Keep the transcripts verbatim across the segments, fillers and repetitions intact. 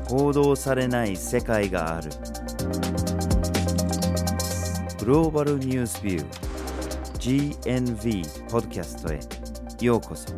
報道されない世界がある。グローバルニュースビュー ジーエヌブイ ポッドキャストへようこそ。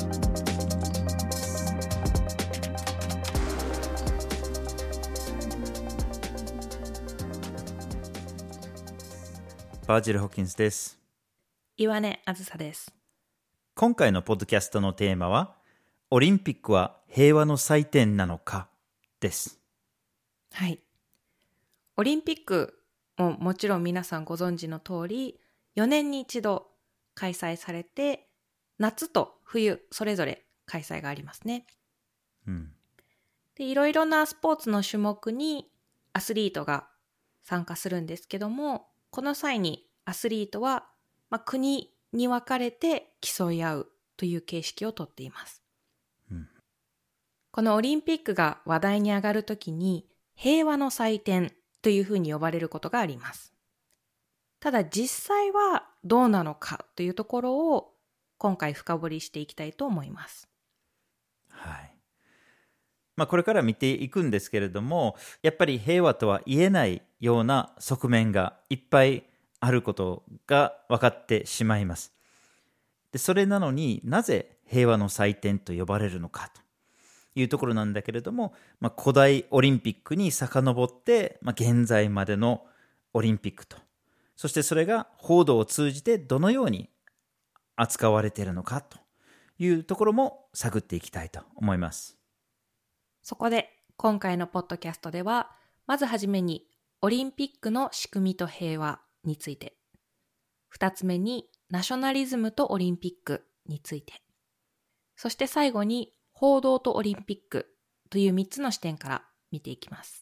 バージル・ホッキンスです。 岩根あずさです。 今回のポッドキャストのテーマは、オリンピックは平和の祭典なのかです。 はい。オリンピックももちろん皆さんご存知の通り、よねんに一度開催されて、夏と冬それぞれ開催がありますね。 うん、 で、いろいろなスポーツの種目にアスリートが参加するんですけども、この際にアスリートは、まあ、国に分かれて競い合うという形式をとっています。 うん、 このオリンピックが話題に上がるときに平和の祭典というふうに呼ばれることがあります。ただ実際はどうなのかというところを今回深掘りしていきたいと思います。 はい。まあ、これから見ていくんですけれども、やっぱり平和とは言えないような側面がいっぱいあることが分かってしまいます。で、それなのになぜ平和の祭典と呼ばれるのかというところなんだけれども、まあ、古代オリンピックに遡って、まあ、現在までのオリンピックと、そしてそれが報道を通じてどのように扱われているのかというところも探っていきたいと思います。 そこで今回のポッドキャストでは、まずはじめにオリンピックの仕組みと平和について、二つ目にナショナリズムとオリンピックについて、そして最後に報道とオリンピックというみっつの視点から見ていきます。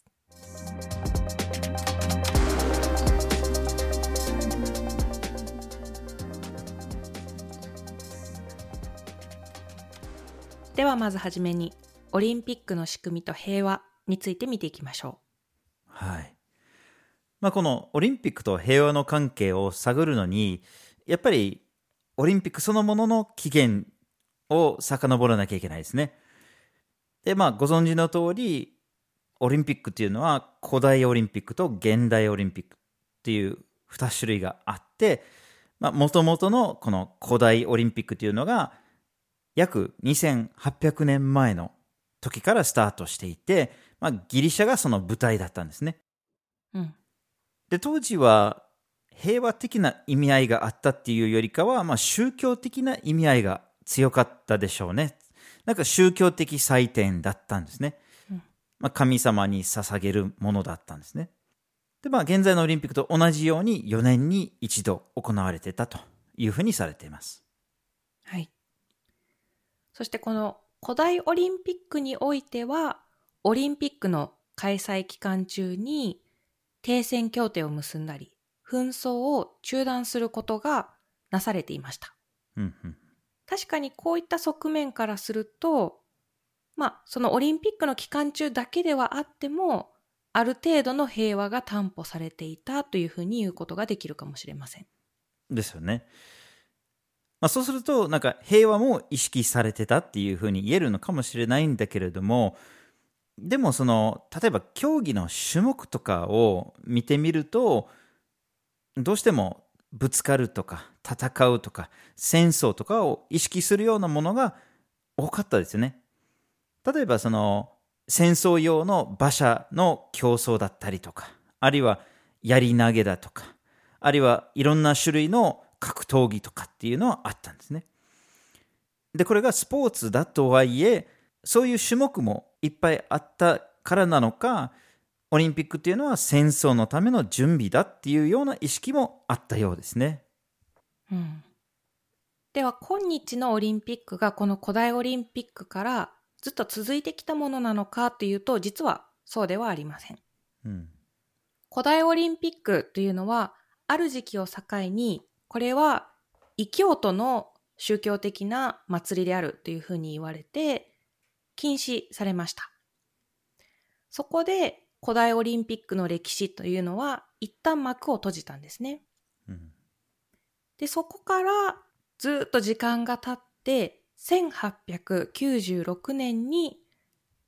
ではまずはじめにオリンピックの仕組みと平和について見ていきましょう。はい。まあ、このオリンピックと平和の関係を探るのに、やっぱりオリンピックそのものの起源を遡らなきゃいけないですね。で、まあ、ご存知の通り、オリンピックっていうのは古代オリンピックと現代オリンピックっていうに種類があって、もともとのこの古代オリンピックっていうのが約にせんはっぴゃくねんまえの時からスタートしていて、まあ、ギリシャがその舞台だったんですね。 う。うん。 で、当時は平和的な意味合いがあったっていうよりかは、まあ、宗教的な意味合いが強かったでしょうね。なんか宗教的祭典だったんですね。 うんまあ、神様に捧げるものだったんですね。で、まあ、現在のオリンピックと同じようによねんに一度行われてたというふうにされています。 はい。そしてこの古代オリンピックにおいては、オリンピックの開催期間中に停戦協定を結んだり、紛争を中断することがなされていました。 うんうん、 確かにこういった側面からすると、まあ、そのオリンピックの期間中だけではあっても、ある程度の平和が担保されていたというふうに言うことができるかもしれません。 ですよね。まあ、そうすると、なんか平和も意識されてたっていうふうに言えるのかもしれないんだけれども、でもその、例えば競技の種目とかを見てみると、どうしてもぶつかるとか戦うとか戦争とかを意識するようなものが多かったですよね。例えばその戦争用の馬車の競争だったりとか、あるいは槍投げだとか、あるいはいろんな種類の格闘技とかっていうのはあったんですね。で、これがスポーツだとはいえ、そういう種目もいっぱいあったからなのか、オリンピックっていうのは戦争のための準備だっていうような意識もあったようですね。 うん、では今日のオリンピックがこの古代オリンピックからずっと続いてきたものなのかというと、実はそうではありません。 うん、 古代オリンピックというのは、ある時期を境に、これは異教徒の宗教的な祭りであるというふうに言われて、禁止されました。そこで古代オリンピックの歴史というのは一旦幕を閉じたんですね。 うん、 で、そこからずっと時間が経ってせんはっぴゃくきゅうじゅうろくねんに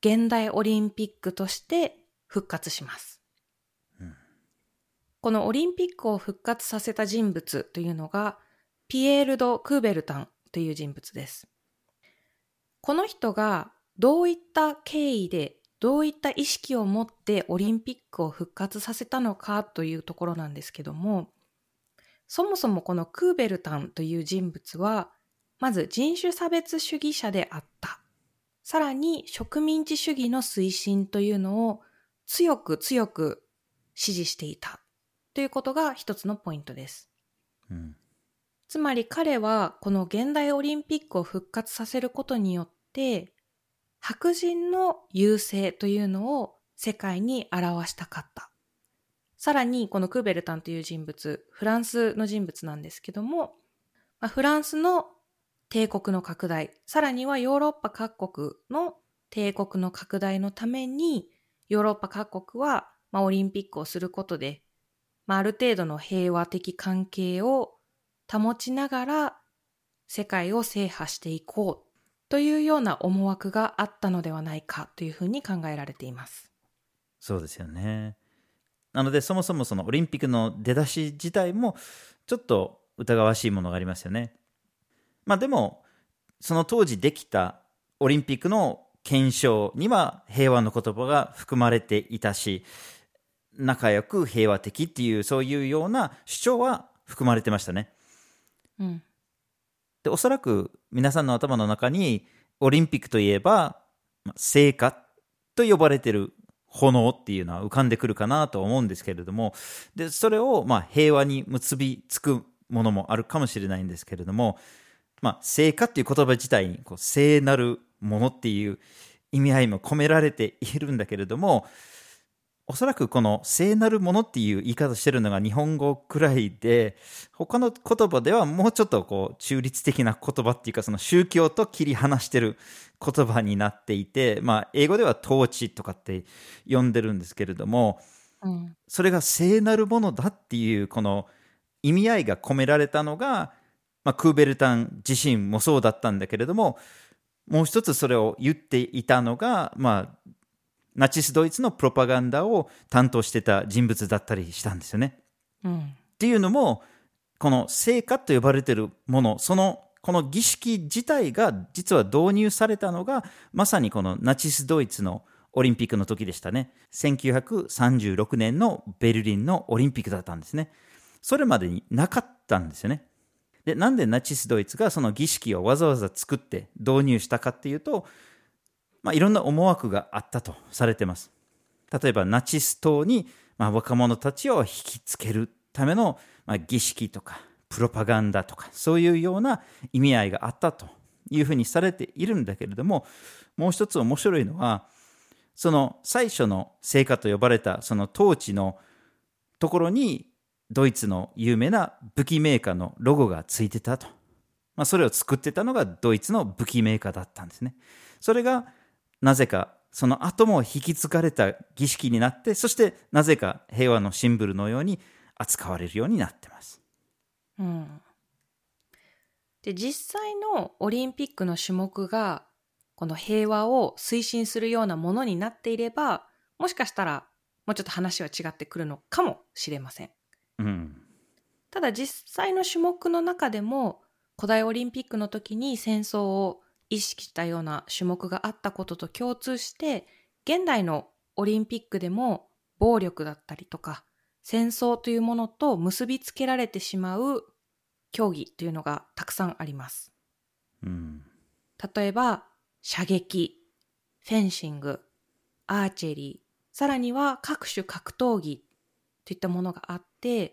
現代オリンピックとして復活します。うん、このオリンピックを復活させた人物というのがピエール・ド・クーベルタンという人物です。この人がどういった経緯でどういった意識を持ってオリンピックを復活させたのかというところなんですけども、そもそもこのクーベルタンという人物はまず人種差別主義者であった。さらに植民地主義の推進というのを強く強く支持していたということが一つのポイントです。うん、つまり彼はこの現代オリンピックを復活させることによって白人の優勢というのを世界に表したかった。さらにこのクーベルタンという人物、フランスの人物なんですけども、フランスの帝国の拡大、さらにはヨーロッパ各国の帝国の拡大のために、ヨーロッパ各国は、まあ、オリンピックをすることで、まあ、ある程度の平和的関係を保ちながら世界を制覇していこうというような思惑があったのではないかというふうに考えられています。 そうですよね。なのでそもそもそのオリンピックの出だし自体もちょっと疑わしいものがありますよね。まあでもその当時できたオリンピックの憲章には平和の言葉が含まれていたし、仲良く平和的っていうそういうような主張は含まれてましたね。うん、でおそらく皆さんの頭の中にオリンピックといえば聖火と呼ばれている炎っていうのは浮かんでくるかなと思うんですけれども、でそれをまあ平和に結びつくものもあるかもしれないんですけれども、まあ、聖火っていう言葉自体にこう聖なるものっていう意味合いも込められているんだけれども、おそらくこの聖なるものっていう言い方してるのが日本語くらいで、他の言葉ではもうちょっとこう中立的な言葉っていうか、その宗教と切り離してる言葉になっていて、まあ英語では統治とかって呼んでるんですけれども、うん、それが聖なるものだっていうこの意味合いが込められたのが、まあ、クーベルタン自身もそうだったんだけれども、もう一つそれを言っていたのが、まあナチスドイツのプロパガンダを担当してた人物だったりしたんですよね。うん、っていうのもこの聖火と呼ばれているもの、そのこの儀式自体が実は導入されたのがまさにこのナチスドイツのオリンピックの時でしたね。せんきゅうひゃくさんじゅうろくねんのベルリンのオリンピックだったんですね。それまでになかったんですよね。で、なんでナチスドイツがその儀式をわざわざ作って導入したかっていうと、まあ、いろんな思惑があったとされています。例えばナチス党に、まあ、若者たちを引きつけるための、まあ、儀式とかプロパガンダとかそういうような意味合いがあったというふうにされているんだけれども、もう一つ面白いのはその最初の聖火と呼ばれたその統治のところにドイツの有名な武器メーカーのロゴがついてたと、まあ、それを作ってたのがドイツの武器メーカーだったんですね。それがなぜかその後も引き継がれた儀式になって、そしてなぜか平和のシンボルのように扱われるようになってます。 うん、で実際のオリンピックの種目がこの平和を推進するようなものになっていれば、もしかしたらもうちょっと話は違ってくるのかもしれません。うん、ただ実際の種目の中でも古代オリンピックの時に戦争を意識したような種目があったことと共通して、現代のオリンピックでも暴力だったりとか戦争というものと結びつけられてしまう競技というのがたくさんあります。うん、例えば射撃、フェンシング、アーチェリー、さらには各種格闘技といったものがあって、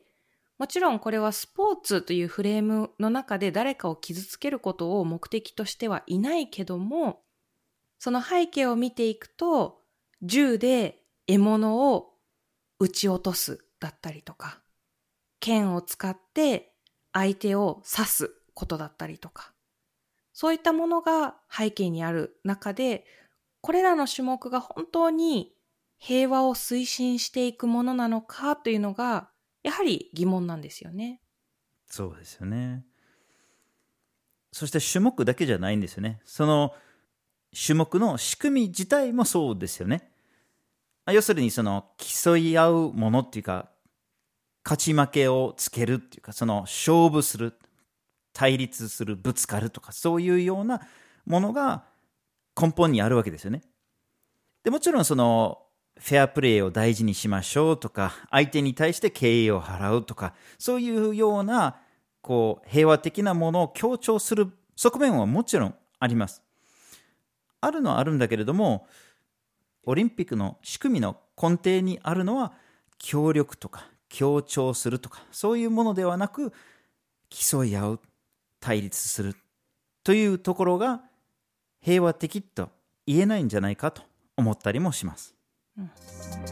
もちろんこれはスポーツというフレームの中で誰かを傷つけることを目的としてはいないけども、その背景を見ていくと、銃で獲物を撃ち落とすだったりとか、剣を使って相手を刺すことだったりとか、そういったものが背景にある中で、これらの種目が本当に平和を推進していくものなのかというのがやはり疑問なんですよね。 そうですよね。そして種目だけじゃないんですよね。その種目の仕組み自体もそうですよね。要するにその競い合うものっていうか、勝ち負けをつけるっていうか、その勝負する、対立する、ぶつかるとか、そういうようなものが根本にあるわけですよね。でもちろんそのフェアプレーを大事にしましょうとか、相手に対して敬意を払うとか、そういうようなこう平和的なものを強調する側面はもちろんあります。あるのはあるんだけれども、オリンピックの仕組みの根底にあるのは協力とか協調するとか、そういうものではなく、競い合う、対立するというところが平和的と言えないんじゃないかと思ったりもします。うん、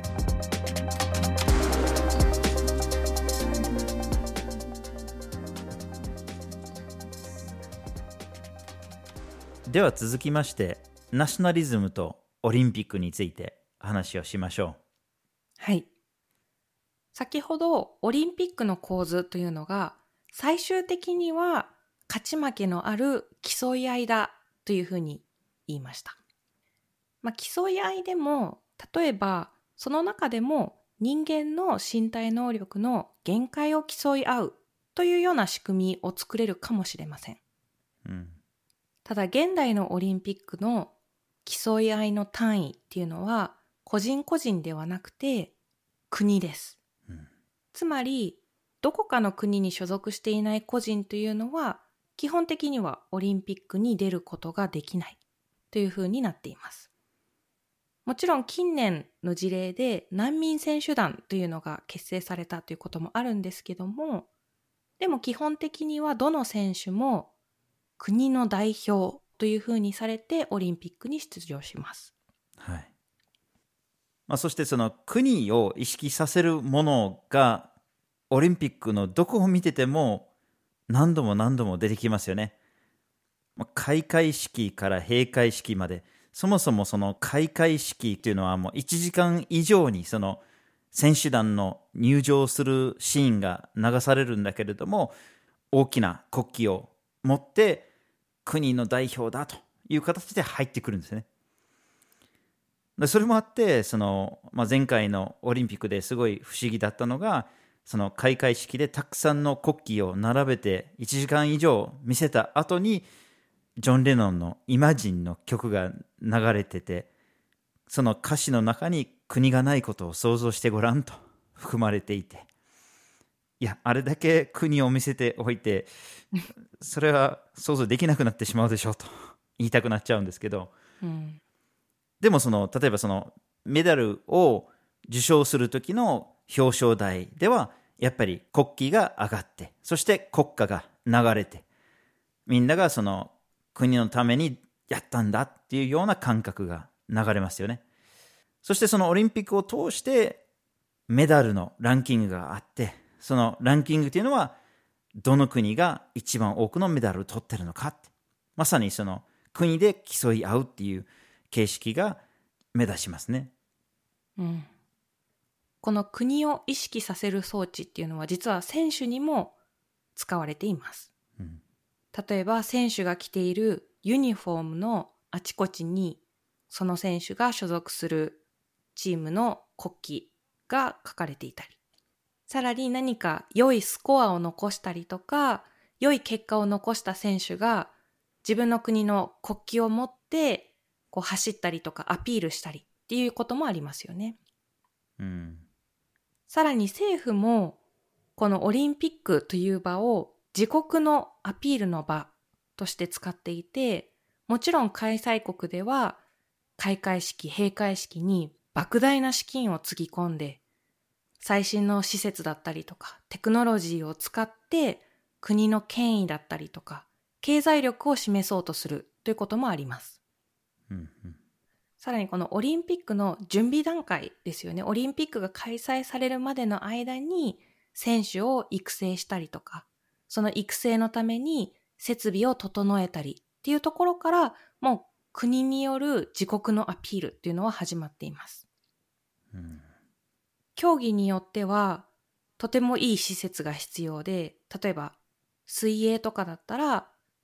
では続きまして、ナショナリズムとオリンピックについて話をしましょう。 はい。先ほどオリンピックの構図というのが最終的には勝ち負けのある競い合いだというふうに言いました。まあ、競い合いでも例えばその中でも人間の身体能力の限界を競い合うというような仕組みを作れるかもしれません。うん、ただ現代のオリンピックの競い合いの単位っていうのは個人個人ではなくて国です。うん、つまりどこかの国に所属していない個人というのは基本的にはオリンピックに出ることができないというふうになっています。もちろん近年の事例で難民選手団というのが結成されたということもあるんですけども、でも基本的にはどの選手も国の代表というふうにされてオリンピックに出場します。 はい。まあ、そしてその国を意識させるものがオリンピックのどこを見てても何度も何度も出てきますよね。開会式から閉会式まで、そもそもその開会式というのはもういちじかん以上にその選手団の入場するシーンが流されるんだけれども、大きな国旗を持って国の代表だという形で入ってくるんですね。それもあってその、まあ、前回のオリンピックですごい不思議だったのが、その開会式でたくさんの国旗を並べていちじかん以上見せた後にジョン・レノンのイマジンの曲が流れてて、その歌詞の中に国がないことを想像してごらんと含まれていて、いや、あれだけ国を見せておいてそれは想像できなくなってしまうでしょうと言いたくなっちゃうんですけど、うん、でもその例えばそのメダルを受賞する時の表彰台ではやっぱり国旗が上がって、そして国歌が流れて、みんながその国のためにやったんだっていうような感覚が流れますよね。そしてそのオリンピックを通してメダルのランキングがあって、そのランキングというのはどの国が一番多くのメダルを取ってるのかって、まさにその国で競い合うっていう形式が目指しますね。 うん、この国を意識させる装置っていうのは実は選手にも使われています。うん、例えば選手が着ているユニフォームのあちこちにその選手が所属するチームの国旗が書かれていたり、さらに何か良いスコアを残したりとか良い結果を残した選手が自分の国の国旗を持ってこう走ったりとかアピールしたりっていうこともありますよね。うん、さらに政府もこのオリンピックという場を自国のアピールの場として使っていて、もちろん開催国では開会式、閉会式に莫大な資金をつぎ込んで、最新の施設だったりとかテクノロジーを使って国の権威だったりとか経済力を示そうとするということもあります。うんうん、さらにこのオリンピックの準備段階ですよね。オリンピックが開催されるまでの間に選手を育成したりとか、その育成のために設備を整えたりっていうところからもう国による自国のアピールっていうのは始まっています。うん、競技によってはとてもいい施設が必要で、例えば水泳とかだったら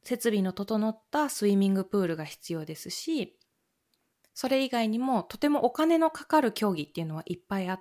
設備の整ったスイミングプールが必要ですし、それ以外にもとてもお金のかかる競技っていうのはいっぱいあって、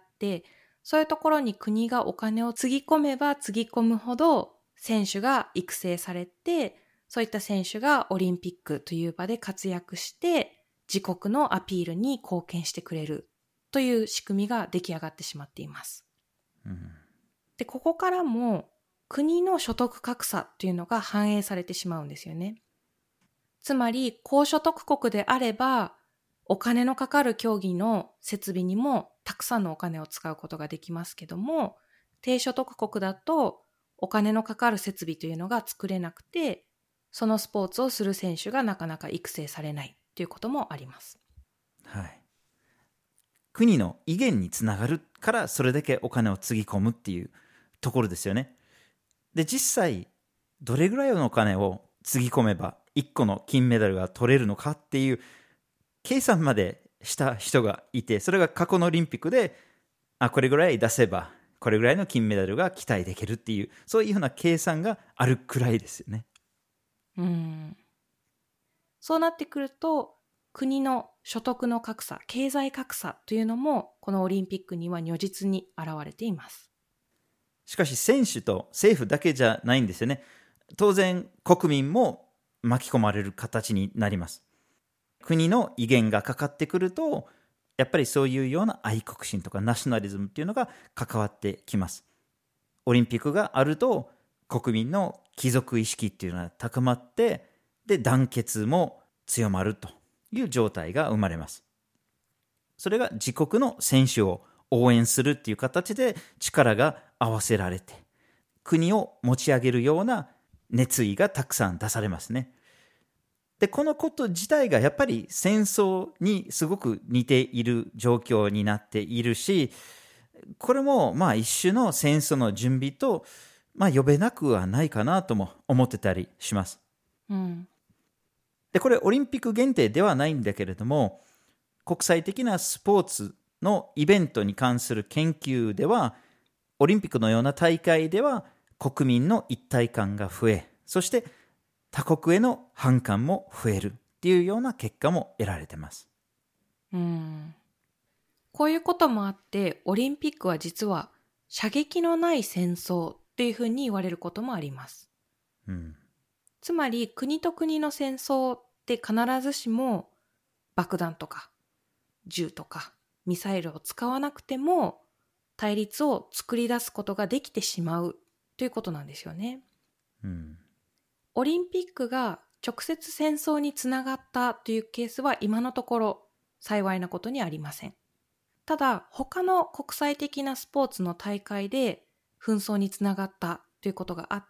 そういうところに国がお金をつぎ込めばつぎ込むほど選手が育成されて、そういった選手がオリンピックという場で活躍して自国のアピールに貢献してくれるという仕組みが出来上がってしまっています。 うん、 で、ここからも国の所得格差というのが反映されてしまうんですよね。つまり高所得国であればお金のかかる競技の設備にもたくさんのお金を使うことができますけども、低所得国だとお金のかかる設備というのが作れなくて、そのスポーツをする選手がなかなか育成されないということもあります。 はい。国の威厳につながるからそれだけお金をつぎ込むっていうところですよね。で、実際どれぐらいのお金をつぎ込めばいっこの金メダルが取れるのかっていう計算までした人がいて、それが過去のオリンピックであこれぐらい出せばこれぐらいの金メダルが期待できるっていう、そういうふうな計算があるくらいですよね。 うん。そうなってくると国の所得の格差、経済格差というのもこのオリンピックには如実に現れています。 しかし選手と政府だけじゃないんですよね。当然国民も巻き込まれる形になります。国の威厳がかかってくると、やっぱりそういうような愛国心とかナショナリズムっていうのが関わってきます。オリンピックがあると国民の帰属意識っていうのが高まって、で団結も強まるという状態が生まれます。それが自国の選手を応援するっていう形で力が合わせられて、国を持ち上げるような熱意がたくさん出されますね。で、このこと自体がやっぱり戦争にすごく似ている状況になっているし、これもまあ一種の戦争の準備と、まあ、呼べなくはないかなとも思ってたりします。 うん、 で、これオリンピック限定ではないんだけれども、国際的なスポーツのイベントに関する研究では、オリンピックのような大会では国民の一体感が増え、そして他国への反感も増えるっていうような結果も得られています。 うん。こういうこともあって、オリンピックは実は射撃のない戦争っていうふうに言われることもあります。 うん、 つまり国と国の戦争って必ずしも爆弾とか銃とかミサイルを使わなくても対立を作り出すことができてしまうということなんですよね。 うん、 オリンピックが直接戦争につながったというケースは今のところ幸いなことにありません。ただ他の国際的なスポーツの大会で紛争につながったということがあって、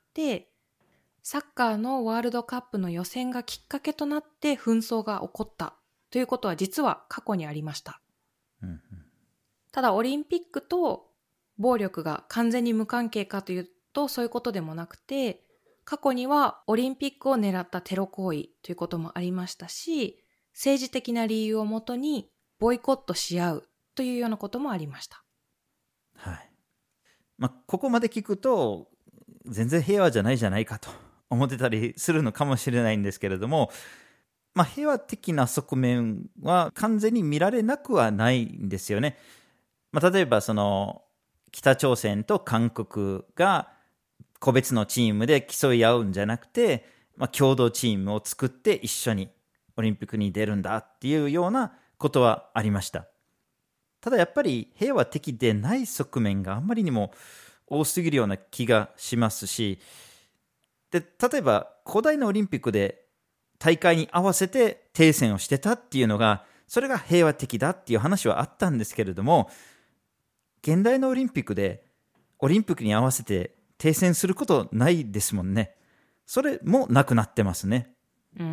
サッカーのワールドカップの予選がきっかけとなって紛争が起こったということは実は過去にありました。 うん、 ただオリンピックと暴力が完全に無関係かというとそういうことでもなくて、過去にはオリンピックを狙ったテロ行為ということもありましたし、政治的な理由をもとにボイコットし合うというようなこともありました。 はい。まあ、ここまで聞くと全然平和じゃないじゃないかと思ってたりするのかもしれないんですけれども、まあ、平和的な側面は完全に見られなくはないんですよね。まあ、例えばその北朝鮮と韓国が個別のチームで競い合うんじゃなくて、まあ、共同チームを作って一緒にオリンピックに出るんだっていうようなことはありました。ただやっぱり平和的でない側面があんまりにも多すぎるような気がしますし、で例えば古代のオリンピックで大会に合わせて停戦をしてたっていうのが、それが平和的だっていう話はあったんですけれども、現代のオリンピックでオリンピックに合わせて停戦することないですもんね。それもなくなってますね。 うん、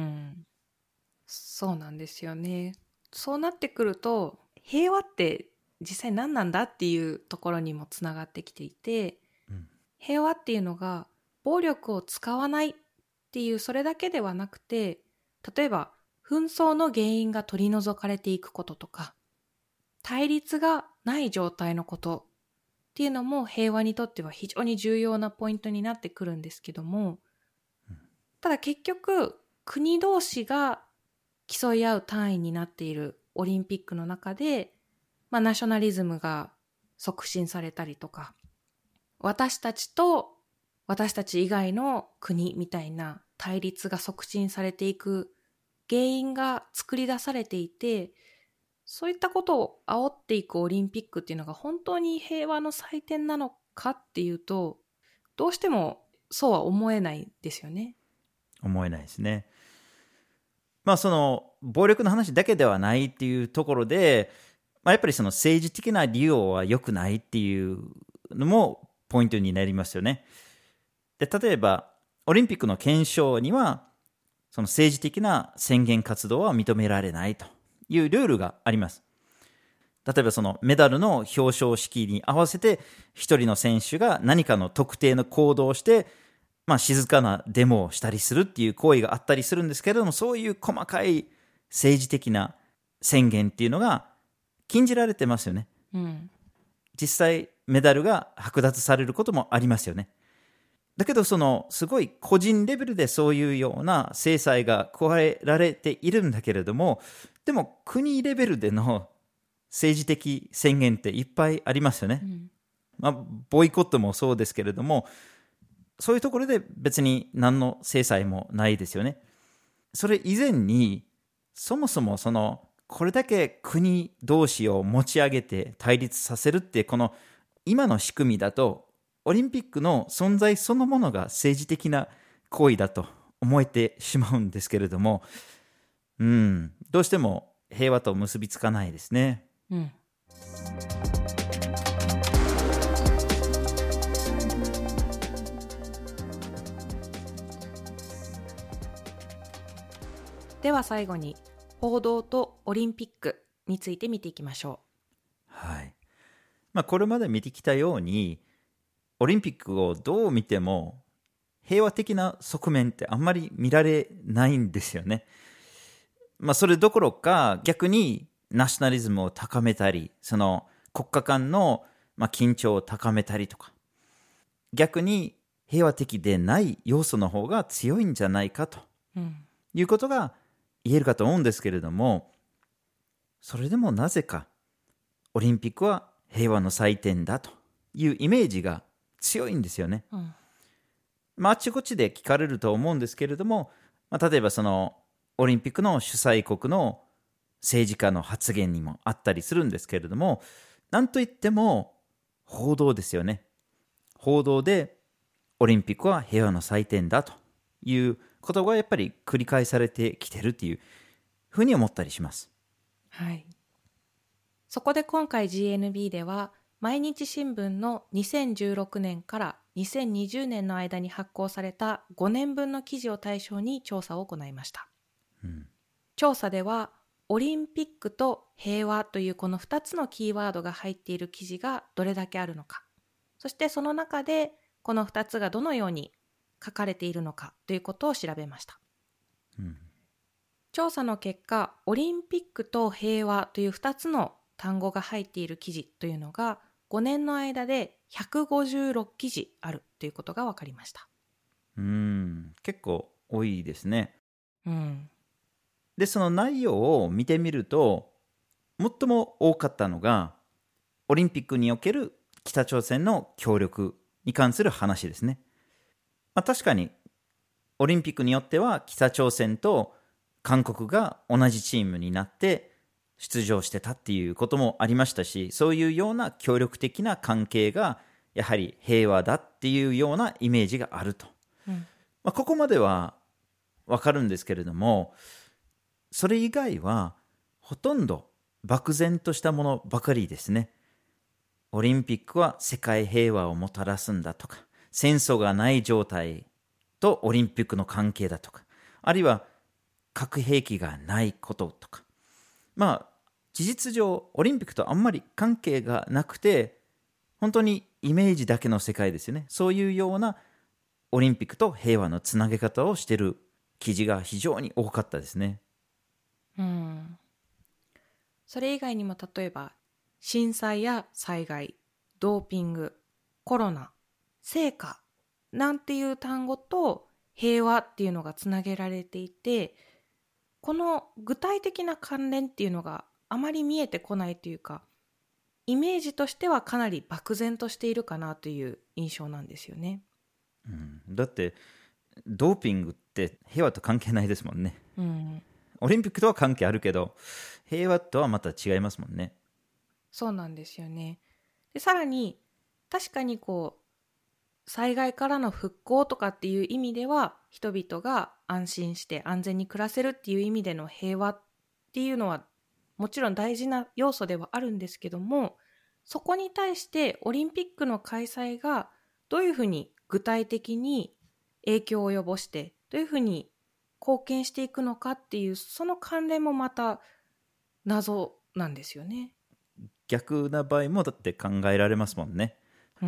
そうなんですよね。そうなってくると平和って実際何なんだっていうところにもつながってきていて、 うん、 平和っていうのが暴力を使わないっていうそれだけではなくて、例えば紛争の原因が取り除かれていくこととか、対立がない状態のことっていうのも平和にとっては非常に重要なポイントになってくるんですけども、 ただ結局国同士が競い合う単位になっているオリンピックの中で、まあ、ナショナリズムが促進されたりとか、私たちと私たち以外の国みたいな対立が促進されていく原因が作り出されていて、そういったことを煽っていくオリンピックっていうのが本当に平和の祭典なのかっていうと、どうしてもそうは思えないですよね。 思えないですね。まあその暴力の話だけではないっていうところで、まあ、やっぱりその政治的な利用は良くないっていうのもポイントになりますよね。で、例えばオリンピックの憲章にはその政治的な宣言活動は認められないというルールがあります。例えばそのメダルの表彰式に合わせて一人の選手が何かの特定の行動をして、まあ、静かなデモをしたりするっていう行為があったりするんですけれども、そういう細かい政治的な宣言っていうのが禁じられてますよね。 うん、 実際メダルが剥奪されることもありますよね。だけどそのすごい個人レベルでそういうような制裁が加えられているんだけれども、でも国レベルでの政治的宣言っていっぱいありますよね。 うん、 まあ、ボイコットもそうですけれども、そういうところで別に何の制裁もないですよね。それ以前にそもそもそのこれだけ国同士を持ち上げて対立させるってこの今の仕組みだとオリンピックの存在そのものが政治的な行為だと思えてしまうんですけれども、うん、どうしても平和と結びつかないですね。 うん、では最後に報道とオリンピックについて見ていきましょう。はい。まあ、これまで見てきたようにオリンピックをどう見ても平和的な側面ってあんまり見られないんですよね。まあ、それどころか逆にナショナリズムを高めたり、その国家間のまあ緊張を高めたりとか、逆に平和的でない要素の方が強いんじゃないかということが言えるかと思うんですけれども、それでもなぜかオリンピックは平和の祭典だというイメージが強いんですよね。 う。うん、 まあ、あちこちで聞かれると思うんですけれども、まあ、例えばそのオリンピックの主催国の政治家の発言にもあったりするんですけれども、なんといっても報道ですよね。報道でオリンピックは平和の祭典だということがやっぱり繰り返されてきてるっていうふうに思ったりします。 はい。そこで今回 ジーエヌビー では毎日新聞のにせんじゅうろくねんからにせんにじゅうねんの間に発行されたごねんぶんの記事を対象に調査を行いました。 うん、 調査ではオリンピックと平和というこのふたつのキーワードが入っている記事がどれだけあるのか、そしてその中でこのふたつがどのように書かれているのかということを調べました。 うん、 調査の結果、オリンピックと平和というふたつの単語が入っている記事というのがごねんの間でひゃくごじゅうろく記事あるということが分かりました。 うーん、結構多いですね。 うん、 で、その内容を見てみると、最も多かったのが、オリンピックにおける北朝鮮の協力に関する話ですね。まあ、確かに、オリンピックによっては北朝鮮と韓国が同じチームになって出場してたっていうこともありましたし、そういうような協力的な関係がやはり平和だっていうようなイメージがあると。 うん、 まあ、ここまではわかるんですけれども、それ以外はほとんど漠然としたものばかりですね。オリンピックは世界平和をもたらすんだとか、戦争がない状態とオリンピックの関係だとか、あるいは核兵器がないこととか、まあ事実上オリンピックとあんまり関係がなくて、本当にイメージだけの世界ですよね。そういうようなオリンピックと平和のつなげ方をしている記事が非常に多かったですね。 うん、それ以外にも例えば震災や災害、ドーピング、コロナ、成果なんていう単語と平和っていうのがつなげられていて、この具体的な関連っていうのがあまり見えてこないというか、イメージとしてはかなり漠然としているかなという印象なんですよね。 うん、だってドーピングって平和と関係ないですもんね。 うん、 オリンピックとは関係あるけど平和とはまた違いますもんね。 そうなんですよね。で、さらに確かにこう災害からの復興とかっていう意味では、人々が安心して安全に暮らせるっていう意味での平和っていうのはもちろん大事な要素ではあるんですけども、そこに対してオリンピックの開催がどういうふうに具体的に影響を及ぼして、どういうふうに貢献していくのかっていう、その関連もまた謎なんですよね。 逆な場合もだって考えられますもんね。 うん、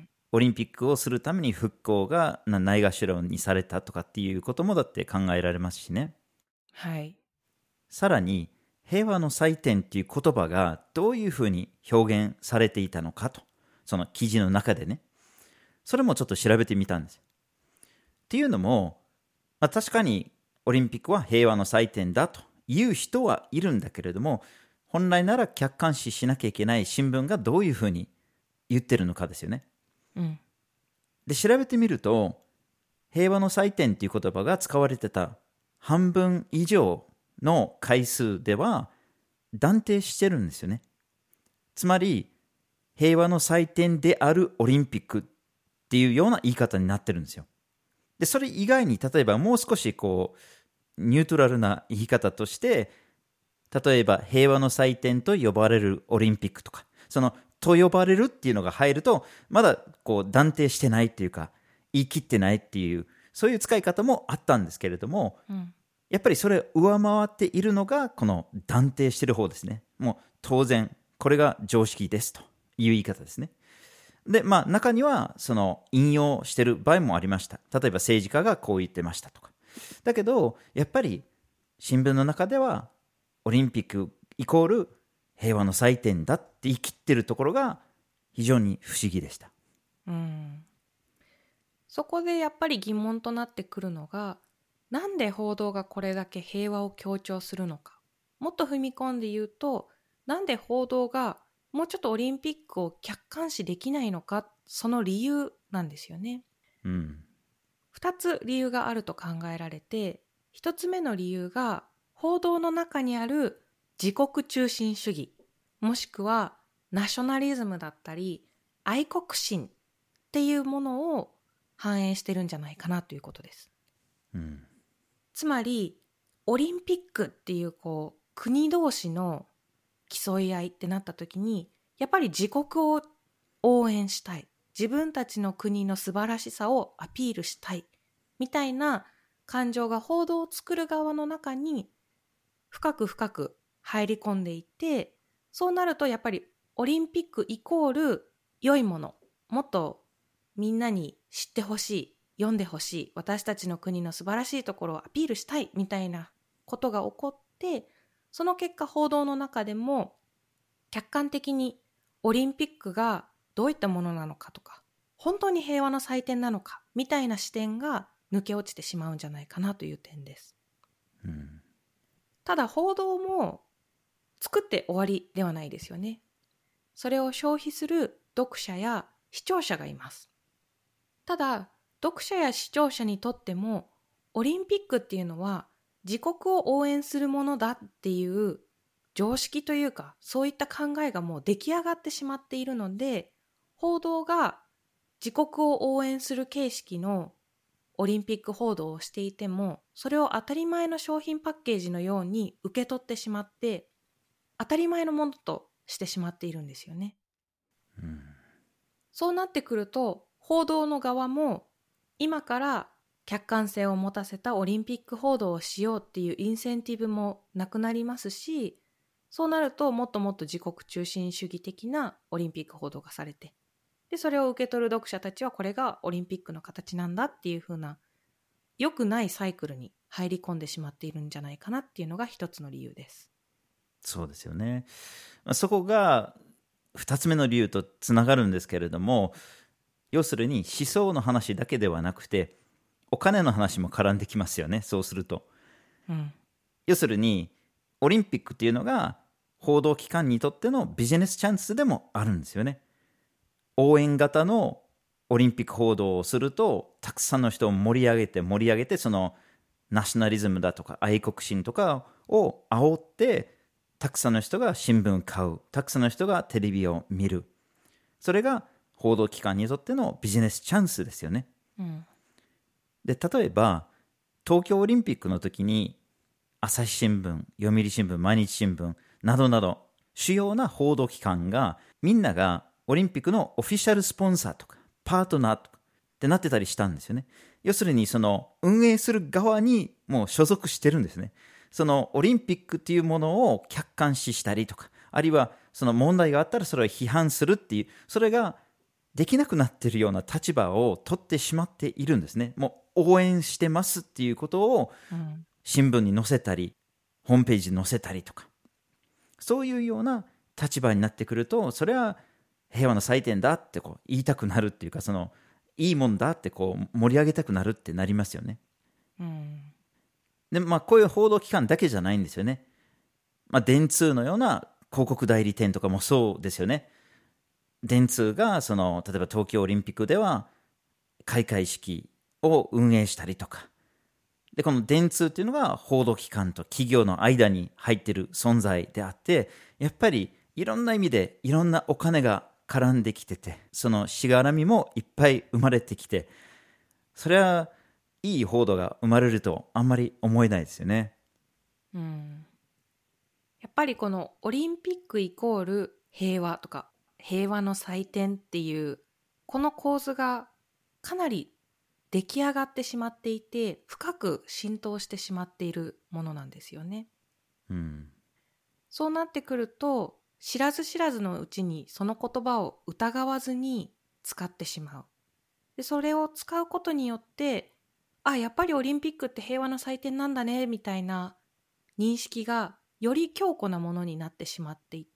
オリンピックをするために復興がなないがしろにされたとかっていうこともだって考えられますしね。 はい。 さらに平和の祭典っていう言葉がどういうふうに表現されていたのかと、その記事の中でね、それもちょっと調べてみたんです。っていうのも、まあ、確かにオリンピックは平和の祭典だという人はいるんだけれども、本来なら客観視しなきゃいけない新聞がどういうふうに言ってるのかですよね。 うん、 で、調べてみると、平和の祭典っていう言葉が使われてた半分以上の回数では断定してるんですよね。つまり、平和の祭典であるオリンピックっていうような言い方になってるんですよ。で、それ以外に、例えばもう少しこう、ニュートラルな言い方として、例えば平和の祭典と呼ばれるオリンピックとか、その、と呼ばれるっていうのが入ると、まだこう断定してないっていうか、言い切ってないっていう、そういう使い方もあったんですけれども、 うん、 やっぱりそれを上回っているのがこの断定している方ですね。もう当然これが常識ですという言い方ですね。で、まあ中にはその引用している場合もありました。例えば政治家がこう言ってましたとか。だけどやっぱり新聞の中ではオリンピックイコール平和の祭典だって言い切ってるところが非常に不思議でした。 うん、そこでやっぱり疑問となってくるのが、なんで報道がこれだけ平和を強調するのか。もっと踏み込んで言うと、なんで報道がもうちょっとオリンピックを客観視できないのか、その理由なんですよね。 うん。 二つ理由があると考えられて、一つ目の理由が報道の中にある自国中心主義、もしくはナショナリズムだったり愛国心っていうものを反映してるんじゃないかなということです。 うん。 つまりオリンピックっていうこう国同士の競い合いってなった時に、やっぱり自国を応援したい、自分たちの国の素晴らしさをアピールしたいみたいな感情が報道を作る側の中に深く深く入り込んでいて、そうなるとやっぱりオリンピックイコール良いもの、もっとみんなに知ってほしい、読んでほしい、私たちの国の素晴らしいところをアピールしたいみたいなことが起こって、その結果報道の中でも客観的にオリンピックがどういったものなのかとか、本当に平和の祭典なのかみたいな視点が抜け落ちてしまうんじゃないかなという点です。 うん。 ただ報道も作って終わりではないですよね。それを消費する読者や視聴者がいます。ただ読者や視聴者にとってもオリンピックっていうのは自国を応援するものだっていう常識というか、そういった考えがもう出来上がってしまっているので、報道が自国を応援する形式のオリンピック報道をしていても、それを当たり前の商品パッケージのように受け取ってしまって、当たり前のものとしてしまっているんですよね。 うん。 そうなってくると、報道の側も今から客観性を持たせたオリンピック報道をしようっていうインセンティブもなくなりますし、そうなるともっともっと自国中心主義的なオリンピック報道がされて、でそれを受け取る読者たちはこれがオリンピックの形なんだっていう風な良くないサイクルに入り込んでしまっているんじゃないかなっていうのが一つの理由です。 そうですよね。そこが二つ目の理由とつながるんですけれども、要するに思想の話だけではなくて、 お金の話も絡んできますよね、そうすると。 うん、 要するにオリンピックっていうのが報道機関にとってのビジネスチャンスでもあるんですよね。応援型のオリンピック報道をすると、たくさんの人を盛り上げて盛り上げて、そのナショナリズムだとか愛国心とかを煽って、たくさんの人が新聞を買う、たくさんの人がテレビを見る。それが報道機関にとってのビジネスチャンスですよね。 うん、 で、例えば東京オリンピックの時に朝日新聞、読売新聞、毎日新聞などなど主要な報道機関が、みんながオリンピックのオフィシャルスポンサーとかパートナーとかってなってたりしたんですよね。要するにその運営する側にもう所属してるんですね。そのオリンピックっていうものを客観視したりとか、あるいはその問題があったらそれを批判するっていう、それができなくなっているような立場を取ってしまっているんですね。もう応援してますっていうことを新聞に載せたり、ホームページに載せたりとか、そういうような立場になってくると、それは平和の祭典だってこう言いたくなるっていうか、そのいいもんだってこう盛り上げたくなるってなりますよね。 うん、 で、まあ、こういう報道機関だけじゃないんですよね。まあ、電通のような広告代理店とかもそうですよね。電通がその例えば東京オリンピックでは開会式を運営したりとかで、この電通っていうのが報道機関と企業の間に入っている存在であって、やっぱりいろんな意味でいろんなお金が絡んできてて、そのしがらみもいっぱい生まれてきて、それはいい報道が生まれるとあんまり思えないですよね。 うん、やっぱりこのオリンピックイコール平和とか平和の祭典っていうこの構図がかなり出来上がってしまっていて、深く浸透してしまっているものなんですよね。 うん、 そうなってくると、知らず知らずのうちにその言葉を疑わずに使ってしまう。で、それを使うことによって、あ、やっぱりオリンピックって平和の祭典なんだねみたいな認識がより強固なものになってしまっていって、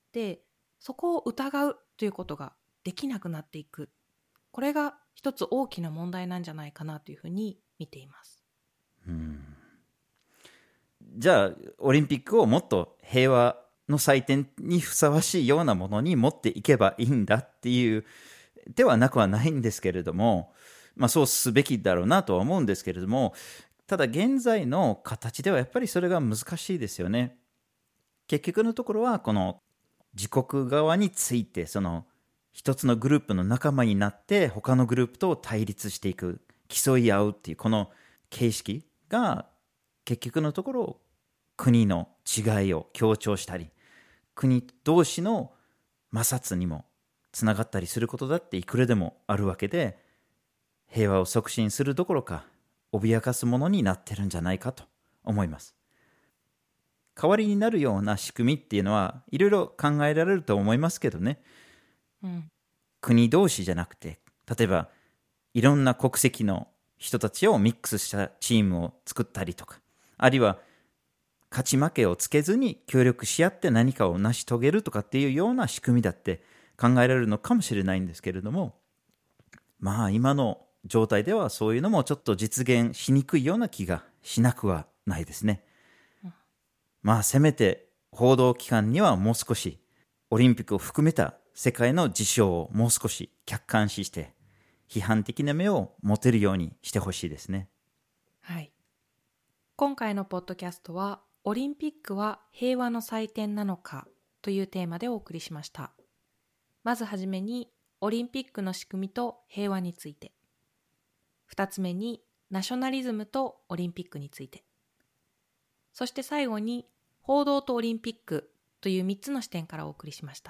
そこを疑うということができなくなっていく。これが一つ大きな問題なんじゃないかなというふうに見ています。 うん、じゃあオリンピックをもっと平和の祭典にふさわしいようなものに持っていけばいいんだっていうではなくはないんですけれども、まあ、そうすべきだろうなとは思うんですけれども、ただ現在の形ではやっぱりそれが難しいですよね。結局のところはこの自国側について、その一つのグループの仲間になって他のグループと対立していく、競い合うっていうこの形式が結局のところ国の違いを強調したり、国同士の摩擦にもつながったりすることだっていくらでもあるわけで、平和を促進するどころか脅かすものになってるんじゃないかと思います。代わりになるような仕組みっていうのはいろいろ考えられると思いますけどね、 うん、 国同士じゃなくて、例えばいろんな国籍の人たちをミックスしたチームを作ったりとか、あるいは勝ち負けをつけずに協力し合って何かを成し遂げるとかっていうような仕組みだって考えられるのかもしれないんですけれども、まあ今の状態ではそういうのもちょっと実現しにくいような気がしなくはないですね。うん、まあせめて報道機関にはもう少しオリンピックを含めた世界の事象をもう少し客観視して批判的な目を持てるようにしてほしいですね。 はい。今回のポッドキャストはオリンピックは平和の祭典なのかというテーマでお送りしました。まずはじめにオリンピックの仕組みと平和について、二つ目にナショナリズムとオリンピックについて、そして最後に報道とオリンピックというみっつの視点からお送りしました。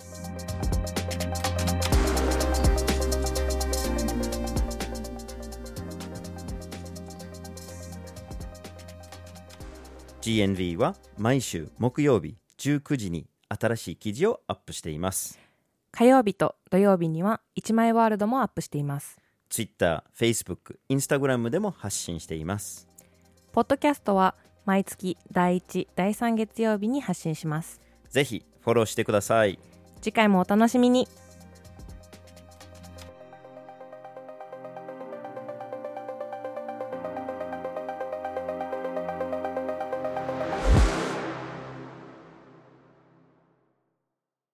ジーエヌブイ は毎週木曜日じゅうくじに新しい記事をアップしています。 火曜日と土曜日には一枚ワールドもアップしています。 Twitter、Facebook、Instagram でも発信しています。 ポッドキャストは毎月だいいち、だいさん月曜日に発信します。 ぜひフォローしてください。 次回もお楽しみに。